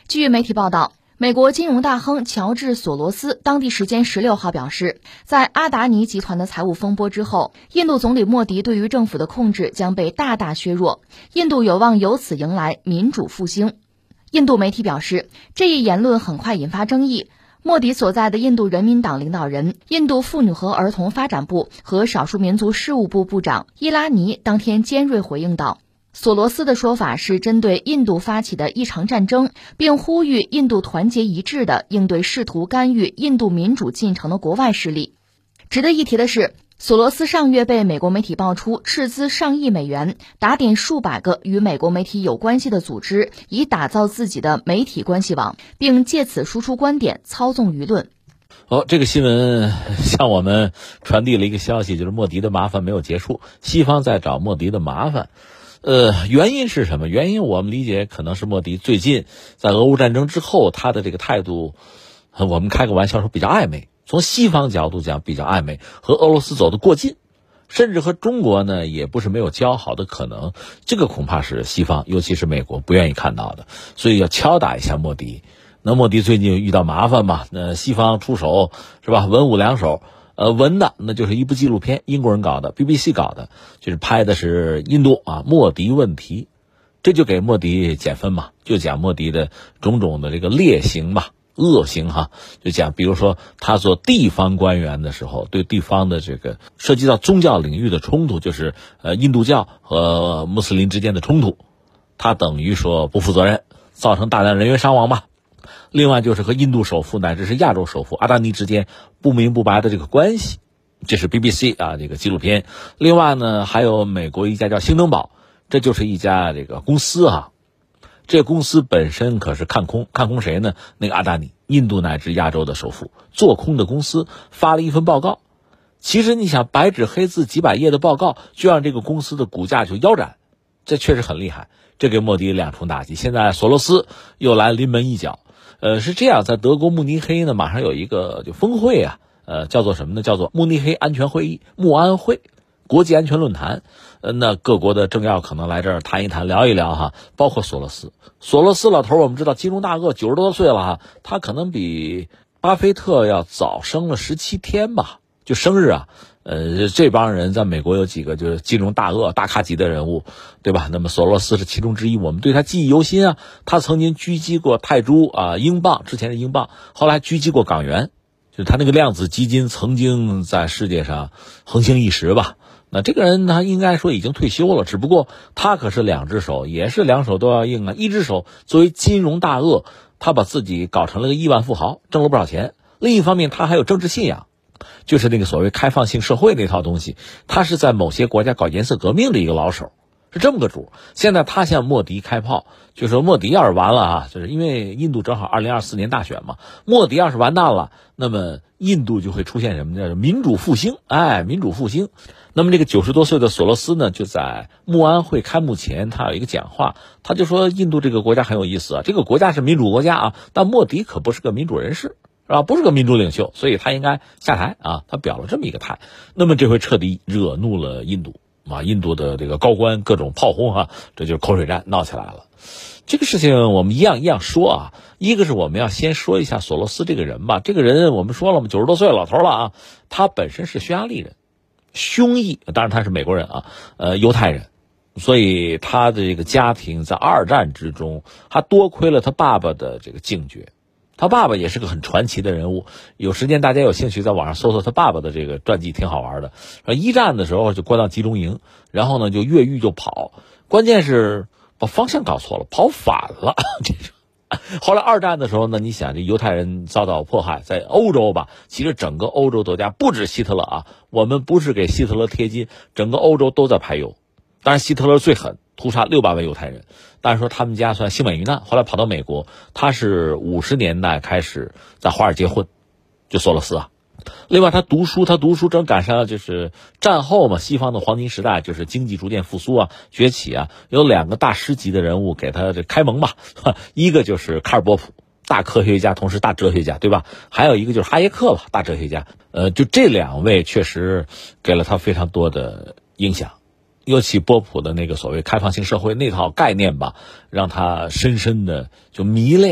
据媒体报道，美国金融大亨乔治·索罗斯当地时间16号表示，在阿达尼集团的财务风波之后，印度总理莫迪对于政府的控制将被大大削弱，印度有望由此迎来民主复兴。印度媒体表示，这一言论很快引发争议。莫迪所在的印度人民党领导人、印度妇女和儿童发展部和少数民族事务部部长伊拉尼当天尖锐回应道，索罗斯的说法是针对印度发起的一场战争，并呼吁印度团结一致地应对试图干预印度民主进程的国外势力。值得一提的是，索罗斯上月被美国媒体爆出斥资上亿美元，打点数百个与美国媒体有关系的组织，以打造自己的媒体关系网，并借此输出观点，操纵舆论。 这个新闻向我们传递了一个消息，就是莫迪的麻烦没有结束，西方在找莫迪的麻烦。原因是什么？原因我们理解可能是莫迪最近在俄乌战争之后，他的这个态度，我们开个玩笑说比较暧昧。从西方角度讲比较暧昧，和俄罗斯走得过近，甚至和中国呢也不是没有交好的可能，这个恐怕是西方尤其是美国不愿意看到的，所以要敲打一下莫迪。那莫迪最近遇到麻烦嘛，那西方出手是吧，文武两手。文的那就是一部纪录片，英国人搞的 BBC 搞的，就是拍的是印度莫迪问题，这就给莫迪减分嘛，就讲莫迪的种种的这个劣行嘛，恶行就讲比如说他做地方官员的时候，对地方的这个涉及到宗教领域的冲突，就是印度教和穆斯林之间的冲突，他等于说不负责任，造成大量人员伤亡吧。另外就是和印度首富乃至是亚洲首富阿达尼之间不明不白的这个关系，这是 BBC 这个纪录片。另外呢，还有美国一家叫兴登堡，这就是一家这个公司这个公司本身可是看空谁呢？那个阿达尼，印度乃至亚洲的首富，做空的公司发了一份报告。其实你想，白纸黑字几百页的报告，就让这个公司的股价就腰斩，这确实很厉害。这给莫迪两重打击。现在索罗斯又来临门一脚。是这样，在德国慕尼黑呢，马上有一个就峰会叫做什么呢？叫做慕尼黑安全会议，慕安会，国际安全论坛。那各国的政要可能来这儿谈一谈，聊一聊包括索罗斯。索罗斯老头我们知道金融大鳄，90多岁了他可能比巴菲特要早生了17天吧，就生日这帮人在美国有几个就是金融大鳄大咖级的人物，对吧？那么索罗斯是其中之一，我们对他记忆犹新他曾经狙击过泰铢英镑，之前是英镑，后来狙击过港元，就是他那个量子基金曾经在世界上横行一时吧。那这个人他应该说已经退休了，只不过他可是两只手，也是两手都要硬一只手作为金融大鳄，他把自己搞成了个亿万富豪，挣了不少钱。另一方面他还有政治信仰，就是那个所谓开放性社会那套东西，他是在某些国家搞颜色革命的一个老手，是这么个主。现在他向莫迪开炮，就说莫迪要是完了就是因为印度正好2024年大选嘛，莫迪要是完蛋了，那么印度就会出现什么呢？民主复兴，民主复兴。那么这个90多岁的索罗斯呢，就在慕安会开幕前，他有一个讲话，他就说印度这个国家很有意思这个国家是民主国家但莫迪可不是个民主人士。不是个民主领袖，所以他应该下台他表了这么一个态。那么这回彻底惹怒了印度印度的这个高官各种炮轰这就是口水战闹起来了。这个事情我们一样一样说一个是我们要先说一下索罗斯这个人吧。这个人我们说了嘛，90多岁老头了他本身是匈牙利人，匈裔，当然他是美国人犹太人，所以他的这个家庭在二战之中，他多亏了他爸爸的这个警觉。他爸爸也是个很传奇的人物，有时间大家有兴趣在网上搜搜他爸爸的这个传记，挺好玩的。一战的时候就关到集中营，然后呢就越狱就跑，关键是把方向搞错了，跑反了。后来二战的时候呢，你想这犹太人遭到迫害，在欧洲吧，其实整个欧洲国家不止希特勒我们不是给希特勒贴金，整个欧洲都在排犹。当然希特勒最狠，屠杀600万犹太人，但是说他们家算幸免于难，后来跑到美国。他是50年代开始在华尔街混，就索罗斯另外他读书正赶上就是战后嘛，西方的黄金时代，就是经济逐渐复苏崛起有2个大师级的人物给他这开蒙吧。一个就是卡尔波普，大科学家同时大哲学家，对吧？还有一个就是哈耶克吧，大哲学家。就这2位确实给了他非常多的影响。尤其波普的那个所谓开放性社会那套概念吧，让他深深的就迷恋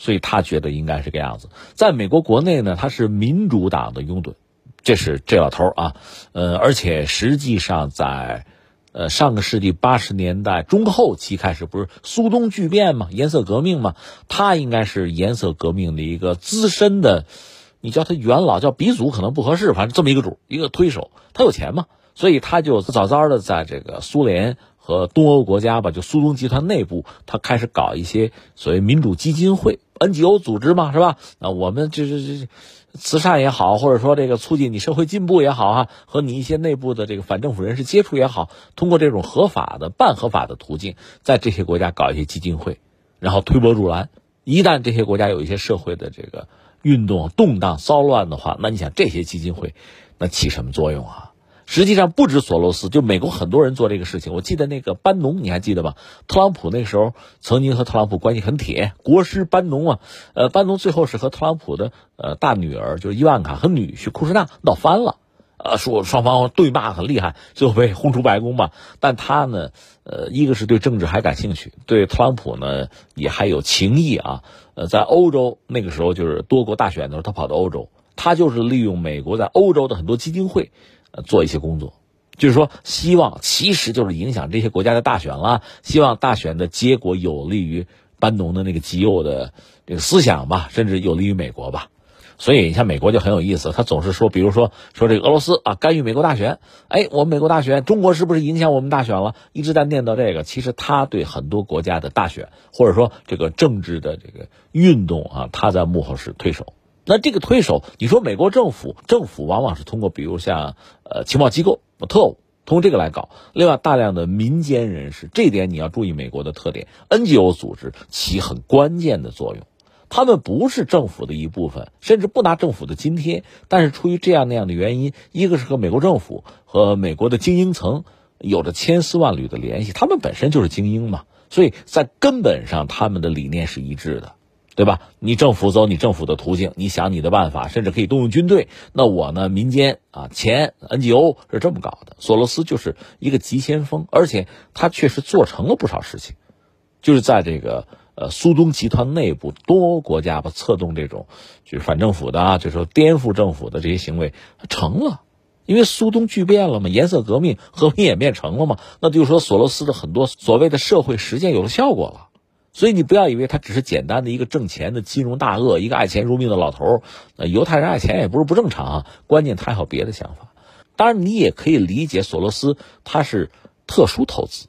所以他觉得应该是这个样子。在美国国内呢，他是民主党的拥趸，这是这老头啊，而且实际上在上个世纪80年代中后期开始，不是苏东剧变嘛，颜色革命嘛，他应该是颜色革命的一个资深的，你叫他元老，叫鼻祖可能不合适，反正这么一个主，一个推手，他有钱嘛，所以他就早早的在这个苏联和东欧国家吧，就苏东集团内部，他开始搞一些所谓民主基金会 NGO 组织嘛，是吧？那我们这慈善也好，或者说这个促进你社会进步也好啊，和你一些内部的这个反政府人士接触也好，通过这种合法的半合法的途径，在这些国家搞一些基金会，然后推波助澜。一旦这些国家有一些社会的这个运动动荡骚乱的话，那你想这些基金会那起什么作用啊？实际上不止索罗斯，就美国很多人做这个事情。我记得那个班农，你还记得吧？特朗普那时候曾经和特朗普关系很铁，国师班农啊，班农最后是和特朗普的大女儿就是伊万卡和女婿库什纳闹翻了，说双方对骂很厉害，最后被轰出白宫吧。但他呢，一个是对政治还感兴趣，对特朗普呢也还有情谊啊。在欧洲那个时候就是多国大选的时候，他跑到欧洲，他就是利用美国在欧洲的很多基金会。做一些工作，就是说希望其实就是影响这些国家的大选了，希望大选的结果有利于班农的那个极右的这个思想吧，甚至有利于美国吧。所以你像美国就很有意思，他总是说，比如说这个俄罗斯啊干预美国大选，我们美国大选，中国是不是影响我们大选了？一直在念叨这个。其实他对很多国家的大选，或者说这个政治的这个运动啊，他在幕后是推手。那这个推手，你说美国政府往往是通过比如像情报机构、特务，通过这个来搞。另外大量的民间人士，这点你要注意美国的特点 ，NGO 组织起很关键的作用。他们不是政府的一部分，甚至不拿政府的津贴，但是出于这样那样的原因，一个是和美国政府和美国的精英层有着千丝万缕的联系，他们本身就是精英嘛，所以在根本上他们的理念是一致的。对吧？你政府走你政府的途径，你想你的办法，甚至可以动用军队。那我呢，民间啊，钱 NGO 是这么搞的。索罗斯就是一个急先锋，而且他确实做成了不少事情，就是在这个苏东集团内部多国家吧策动这种就是反政府的啊，就是说颠覆政府的这些行为成了。因为苏东剧变了嘛，颜色革命和平演变成了嘛，那就是说索罗斯的很多所谓的社会实践有了效果了。所以你不要以为他只是简单的一个挣钱的金融大鳄，一个爱钱如命的老头。犹太人爱钱也不是不正常啊，关键他还有别的想法。当然你也可以理解索罗斯他是特殊投资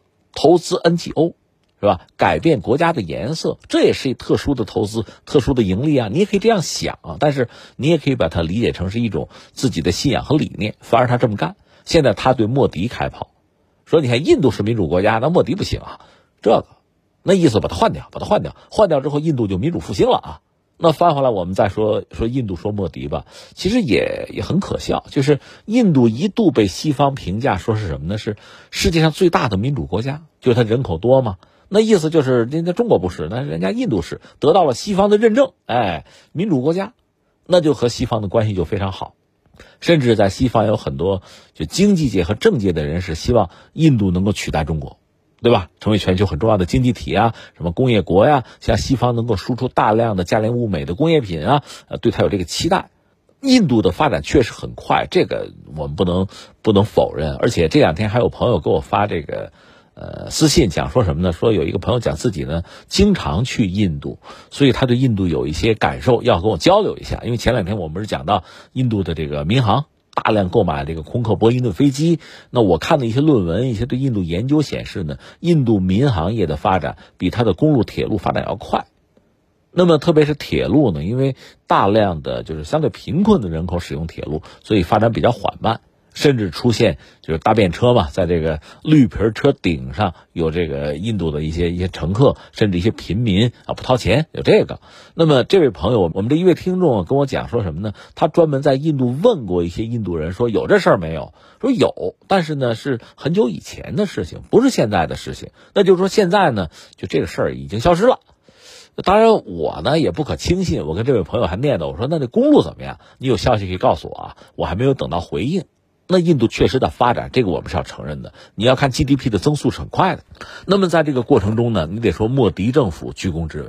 NGO 是吧？改变国家的颜色，这也是一特殊的投资，特殊的盈利啊，你也可以这样想啊。但是你也可以把它理解成是一种自己的信仰和理念，反而他这么干。现在他对莫迪开炮，说你看印度是民主国家，那莫迪不行啊，这个那意思把它换掉，换掉之后印度就民主复兴了啊。那翻回来我们再说印度说莫迪吧，其实也很可笑，就是印度一度被西方评价说是什么呢？是世界上最大的民主国家，就是它人口多嘛。那意思就是人家中国不是，那人家印度是得到了西方的认证，民主国家，那就和西方的关系就非常好。甚至在西方有很多就经济界和政界的人士希望印度能够取代中国，对吧？成为全球很重要的经济体啊，什么工业国呀，像西方能够输出大量的价廉物美的工业品啊，对它有这个期待。印度的发展确实很快，这个我们不能否认。而且这两天还有朋友给我发这个私信，讲说什么呢？说有一个朋友讲自己呢经常去印度，所以他对印度有一些感受，要跟我交流一下。因为前两天我们是讲到印度的这个民航大量购买这个空客波音的飞机，那我看的一些论文，一些对印度研究显示呢，印度民航业的发展比它的公路铁路发展要快。那么特别是铁路呢，因为大量的就是相对贫困的人口使用铁路，所以发展比较缓慢，甚至出现就是搭便车嘛，在这个绿皮车顶上有这个印度的一些乘客，甚至一些平民啊不掏钱，有这个。那么这位朋友，我们这一位听众跟我讲说什么呢？他专门在印度问过一些印度人，说有这事儿没有？说有，但是呢是很久以前的事情，不是现在的事情。那就是说现在呢，就这个事儿已经消失了。当然我呢也不可轻信，我跟这位朋友还念叨，我说那公路怎么样？你有消息可以告诉我啊，我还没有等到回应。那印度确实在发展，这个我们是要承认的。你要看 GDP 的增速是很快的。那么在这个过程中呢，你得说莫迪政府居功至伟。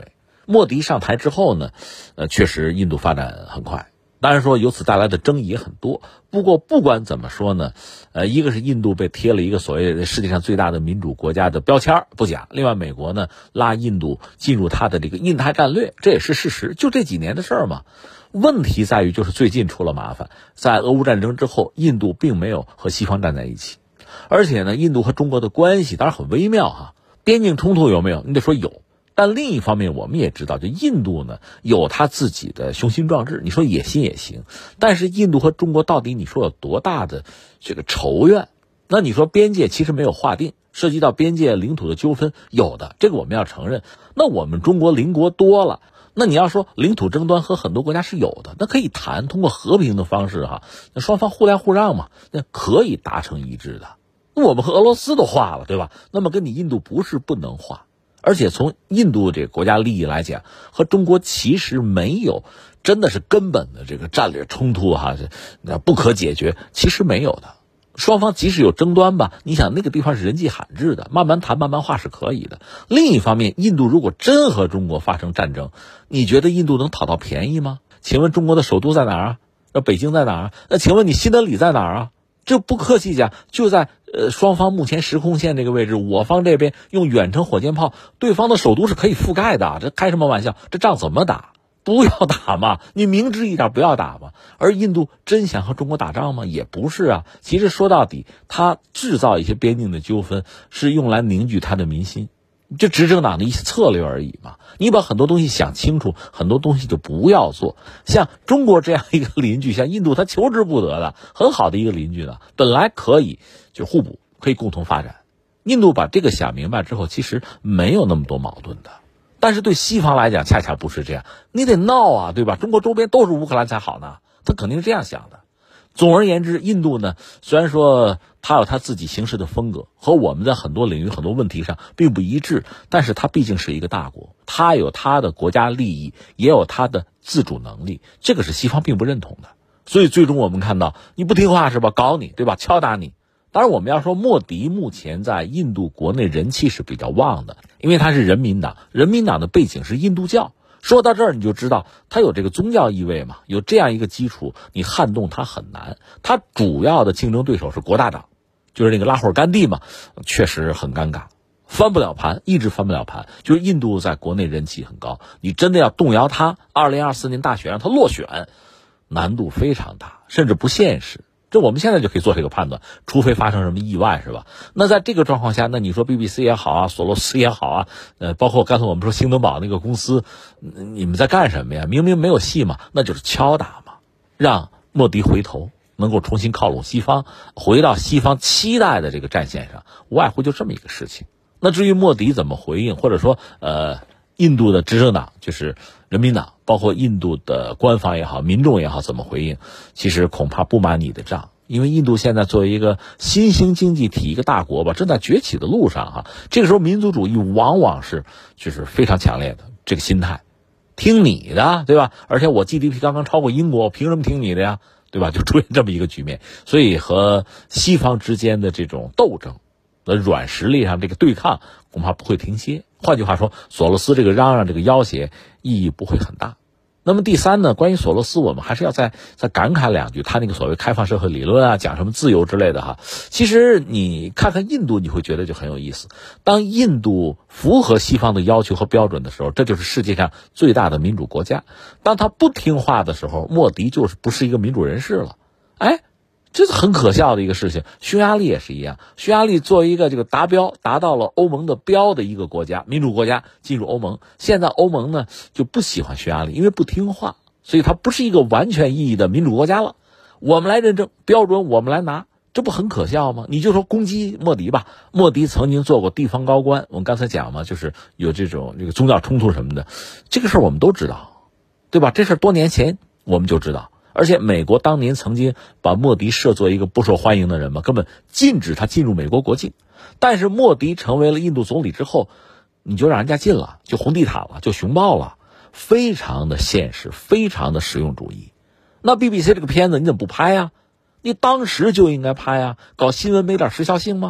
莫迪上台之后呢，确实印度发展很快。当然说由此带来的争议也很多，不过不管怎么说呢，一个是印度被贴了一个所谓的世界上最大的民主国家的标签不假，另外美国呢拉印度进入它的这个印太战略，这也是事实，就这几年的事儿嘛。问题在于就是最近出了麻烦，在俄乌战争之后，印度并没有和西方站在一起，而且呢，印度和中国的关系当然很微妙哈，边境冲突有没有？你得说有。但另一方面我们也知道，就印度呢有他自己的雄心壮志，你说野心也行，但是印度和中国到底你说有多大的这个仇怨？那你说边界其实没有划定，涉及到边界领土的纠纷有的，这个我们要承认。那我们中国邻国多了，那你要说领土争端和很多国家是有的，那可以谈，通过和平的方式哈，那双方互谅互让嘛，那可以达成一致的。我们和俄罗斯都划了，对吧？那么跟你印度不是不能划。而且从印度这个国家利益来讲，和中国其实没有真的是根本的这个战略冲突哈，这不可解决，其实没有的。双方即使有争端吧，你想那个地方是人迹罕至的，慢慢谈慢慢化是可以的。另一方面，印度如果真和中国发生战争，你觉得印度能讨到便宜吗？请问中国的首都在哪儿啊？那北京在哪儿啊？那请问你新德里在哪儿啊？这不客气讲，就在双方目前时空线这个位置，我方这边用远程火箭炮，对方的首都是可以覆盖的，这开什么玩笑？这仗怎么打？不要打嘛，你明智一点不要打嘛。而印度真想和中国打仗吗？也不是啊。其实说到底，他制造一些边境的纠纷，是用来凝聚他的民心。这执政党的一些策略而已嘛，你把很多东西想清楚，很多东西就不要做。像中国这样一个邻居，像印度，他求之不得的很好的一个邻居呢，本来可以就互补，可以共同发展。印度把这个想明白之后，其实没有那么多矛盾的。但是对西方来讲，恰恰不是这样，你得闹啊，对吧？中国周边都是乌克兰才好呢，他肯定是这样想的。总而言之，印度呢，虽然说他有他自己行事的风格，和我们在很多领域、很多问题上并不一致，但是他毕竟是一个大国，他有他的国家利益，也有他的自主能力，这个是西方并不认同的。所以最终我们看到，你不听话是吧？搞你，对吧？敲打你。当然我们要说莫迪目前在印度国内人气是比较旺的，因为他是人民党，人民党的背景是印度教。说到这儿你就知道他有这个宗教意味嘛，有这样一个基础，你撼动他很难。他主要的竞争对手是国大党，就是那个拉霍尔甘地嘛，确实很尴尬，翻不了盘，一直翻不了盘。就是印度在国内人气很高，你真的要动摇他，2024年大选让他落选，难度非常大，甚至不现实。这我们现在就可以做这个判断，除非发生什么意外，是吧？那在这个状况下，那你说 BBC 也好啊，索罗斯也好啊，包括刚才我们说兴登堡那个公司，你们在干什么呀？明明没有戏嘛，那就是敲打嘛，让莫迪回头，能够重新靠拢西方，回到西方期待的这个战线上，无外乎就这么一个事情。那至于莫迪怎么回应，或者说印度的执政党就是人民党，包括印度的官方也好，民众也好，怎么回应，其实恐怕不瞒你的账。因为印度现在作为一个新兴经济体，一个大国吧，正在崛起的路上哈。这个时候民族主义往往是就是非常强烈的这个心态，听你的，对吧？而且我 GDP 刚刚超过英国，我凭什么听你的呀？对吧？就出现这么一个局面，所以和西方之间的这种斗争的软实力上这个对抗恐怕不会停歇。换句话说，索罗斯这个嚷嚷这个要挟意义不会很大。那么第三呢，关于索罗斯我们还是要再感慨两句，他那个所谓开放社会理论啊，讲什么自由之类的哈。其实你看看印度，你会觉得就很有意思。当印度符合西方的要求和标准的时候，这就是世界上最大的民主国家。当他不听话的时候，莫迪就是不是一个民主人士了。哎，这是很可笑的一个事情。匈牙利也是一样，匈牙利作为一个这个达到了欧盟的标的一个国家，民主国家进入欧盟，现在欧盟呢就不喜欢匈牙利，因为不听话，所以它不是一个完全意义的民主国家了。我们来认证标准，我们来拿，这不很可笑吗？你就说攻击莫迪吧，莫迪曾经做过地方高官，我们刚才讲嘛，就是有这个宗教冲突什么的，这个事儿我们都知道，对吧？这事儿多年前我们就知道。而且美国当年曾经把莫迪设作一个不受欢迎的人嘛，根本禁止他进入美国国境。但是莫迪成为了印度总理之后，你就让人家进了，就红地毯了，就熊抱了，非常的现实，非常的实用主义。那 BBC 这个片子你怎么不拍啊？你当时就应该拍啊，搞新闻没点时效性吗？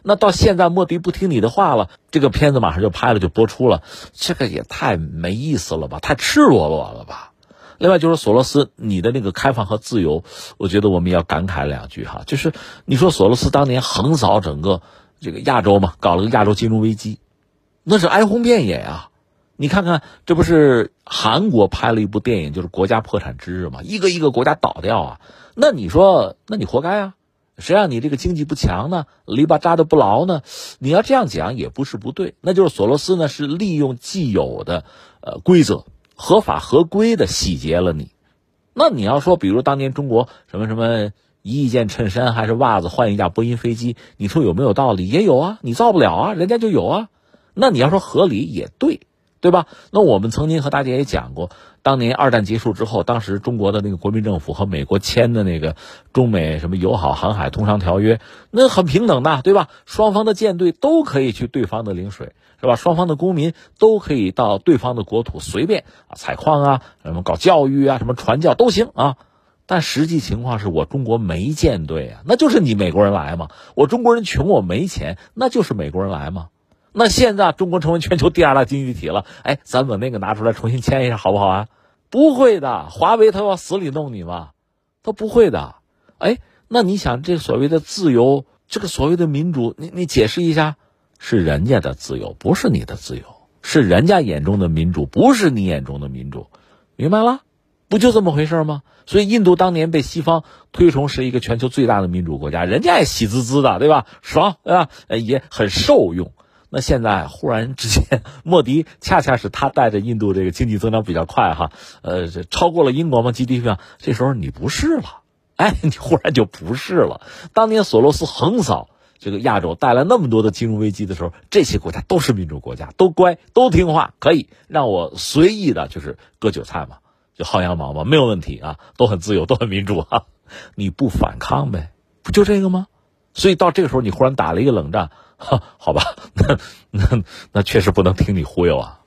那到现在莫迪不听你的话了，这个片子马上就拍了就播出了，这个也太没意思了吧，太赤裸裸了吧。另外就是索罗斯，你的那个开放和自由，我觉得我们也要感慨两句哈，就是你说索罗斯当年横扫整个这个亚洲嘛，搞了个亚洲金融危机，那是哀鸿遍野啊。你看看，这不是韩国拍了一部电影，就是国家破产之日嘛，一个一个国家倒掉啊。那你说，那你活该啊，谁让你这个经济不强呢，篱笆扎得不牢呢？你要这样讲也不是不对，那就是索罗斯呢是利用既有的规则合法合规的洗劫了你。那你要说比如当年中国什么一件衬衫还是袜子换一架波音飞机，你说有没有道理？也有啊，你造不了啊，人家就有啊。那你要说合理也对吧？那我们曾经和大家也讲过，当年二战结束之后，当时中国的那个国民政府和美国签的那个中美什么友好航海通商条约，那很平等的，对吧？双方的舰队都可以去对方的领水，是吧？双方的公民都可以到对方的国土随便采矿啊，什么搞教育啊，什么传教都行啊。但实际情况是我中国没舰队啊，那就是你美国人来嘛。我中国人穷，我没钱，那就是美国人来嘛。那现在中国成为全球第2大经济体了，咱把那个拿出来重新签一下好不好啊？不会的，华为他要死里弄你吗？他不会的。那你想这所谓的自由，这个所谓的民主，你解释一下，是人家的自由，不是你的自由，是人家眼中的民主，不是你眼中的民主，明白了？不就这么回事吗？所以印度当年被西方推崇是一个全球最大的民主国家，人家也喜滋滋的，对吧？爽，对吧？也很受用。那现在忽然之间，莫迪恰恰是他带着印度这个经济增长比较快哈，超过了英国嘛 GDP 上，这时候你不是了，你忽然就不是了。当年索罗斯横扫这个亚洲，带来那么多的金融危机的时候，这些国家都是民主国家，都乖，都听话，可以让我随意的就是割韭菜嘛，就薅羊毛嘛，没有问题啊，都很自由，都很民主啊。你不反抗呗，不就这个吗？所以到这个时候你忽然打了一个冷战，好吧，那确实不能听你忽悠啊。